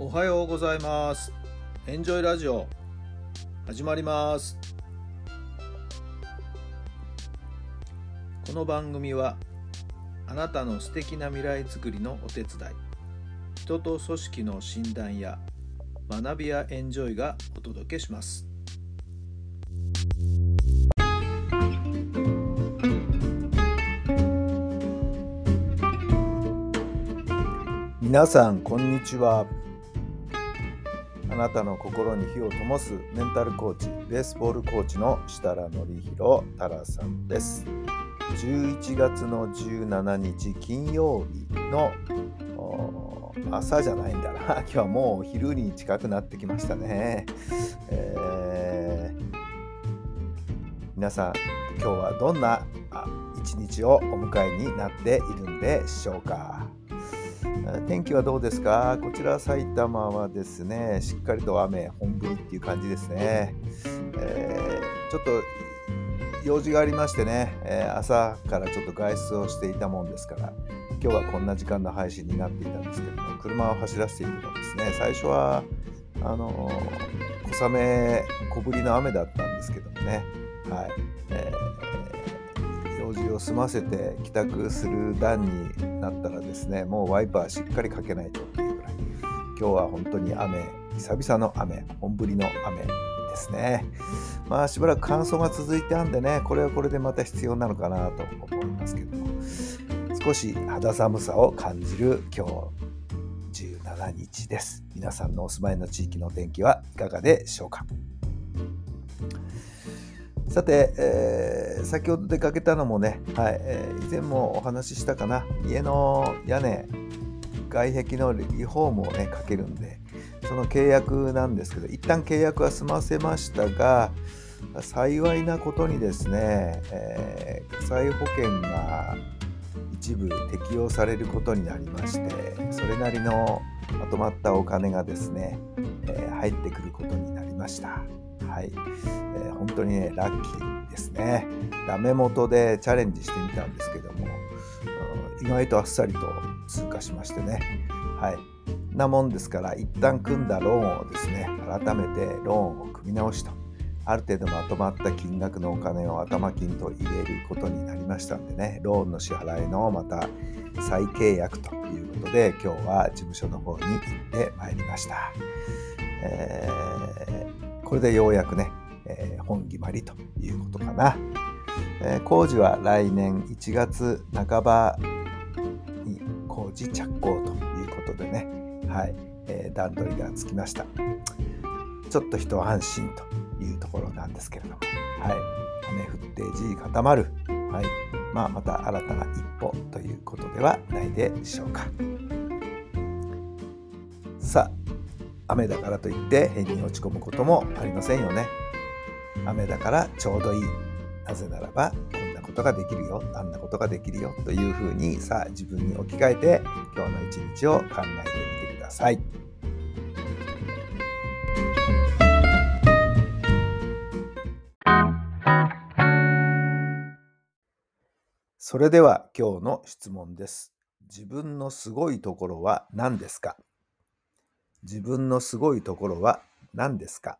おはようございます。エンジョイラジオ始まります。この番組はあなたの素敵な未来づくりのお手伝い、人と組織の診断や学びやエンジョイがお届けします。皆さんこんにちは。あなたの心に火を灯すメンタルコーチ、ベースボールコーチの設楽範弘太良さんです。11月の17日金曜日の朝じゃないんだな今日はもうお昼に近くなってきましたね。皆さん今日はどんな一日をお迎えになっているんでしょうか。天気はどうですか？こちら埼玉はですね、しっかりと雨、本降りっていう感じですね。ちょっと用事がありましてね、朝からちょっと外出をしていたもんですから、今日はこんな時間の配信になっていたんですけども、車を走らせているとですね、最初は小雨、小降りの雨だったんですけどもね、はい、用事を済ませて帰宅する段になったらですね、もうワイパーしっかりかけないとっていうぐらい、今日は本当に雨、久々の雨、本降りの雨ですね。まあしばらく乾燥が続いてあんでね、これはこれでまた必要なのかなと思いますけども、少し肌寒さを感じる今日17日です。皆さんのお住まいの地域の天気はいかがでしょうか。さて、先ほど出かけたのもね、以前もお話ししたかな、家の屋根、外壁のリフォームをねかけるんで、その契約なんですけど、一旦契約は済ませましたが、幸いなことにですね、火災保険が一部適用されることになりまして、それなりのまとまったお金がですね、入ってくることになりました。はい、本当にねラッキーですね。ダメ元でチャレンジしてみたんですけども、意外とあっさりと通過しましてね、はい、なもんですから一旦組んだローンをですね、改めてローンを組み直しと、ある程度まとまった金額のお金を頭金と入れることになりましたんでね、ローンの支払いのまた再契約ということで、今日は事務所の方に行ってまいりました。これでようやくね、本決まりということかな。工事は来年1月半ばに工事着工ということでね、はい、段取りがつきました。ちょっと一安心というところなんですけれども、はい、雨降って地固まる、はい、また新たな一歩ということではないでしょうか。さあ、雨だからといって変に落ち込むこともありませんよね。雨だからちょうどいい。なぜならばこんなことができるよ、あんなことができるよというふうに自分に置き換えて今日の一日を考えてみてください。それでは今日の質問です。自分のすごいところは何ですか？自分のすごいところは何ですか？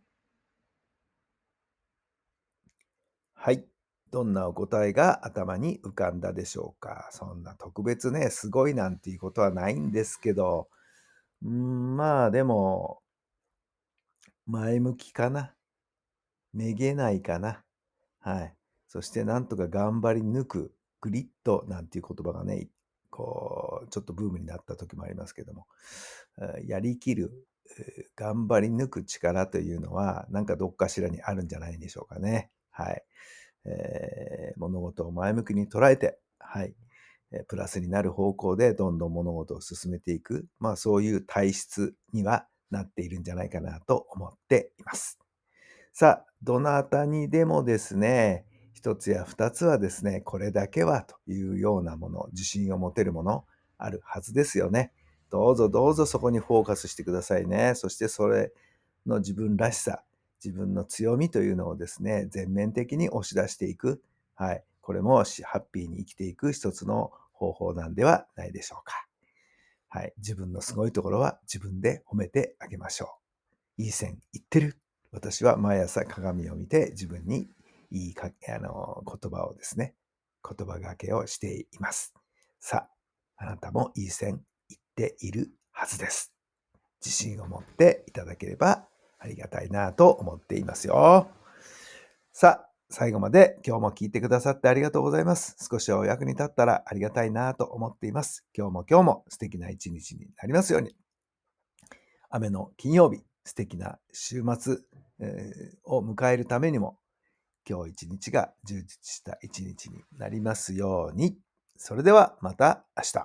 はい。どんなお答えが頭に浮かんだでしょうか？そんな特別ね、すごいなんていうことはないんですけど、でも、前向きかな。めげないかな。はい。そしてなんとか頑張り抜く、グリッドなんていう言葉がね、ちょっとブームになった時もありますけども、やりきる、頑張り抜く力というのは、なんかどっかしらにあるんじゃないでしょうかね。はい。物事を前向きに捉えて、はい。プラスになる方向でどんどん物事を進めていく、そういう体質にはなっているんじゃないかなと思っています。さあ、どなたにでもですね、一つや二つはですね、これだけはというようなもの、自信を持てるもの、あるはずですよね。どうぞどうぞそこにフォーカスしてくださいね。そしてそれの自分らしさ、自分の強みというのをですね、全面的に押し出していく。はい。これもハッピーに生きていく一つの方法なんではないでしょうか。 はい。自分のすごいところは自分で褒めてあげましょう。いい線いってる。私は毎朝鏡を見て自分にいい言葉をですね、言葉がけをしています。さあ、あなたもいい線いっているはずです。自信を持っていただければありがたいなと思っていますよ。さあ、最後まで今日も聞いてくださってありがとうございます。少しお役に立ったらありがたいなと思っています。今日も素敵な一日になりますように。雨の金曜日、素敵な週末、を迎えるためにも、今日一日が充実した一日になりますように。それではまた明日。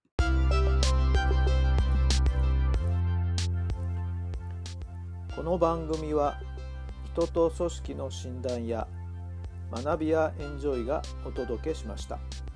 この番組は人と組織の診断や学びやエンジョイがお届けしました。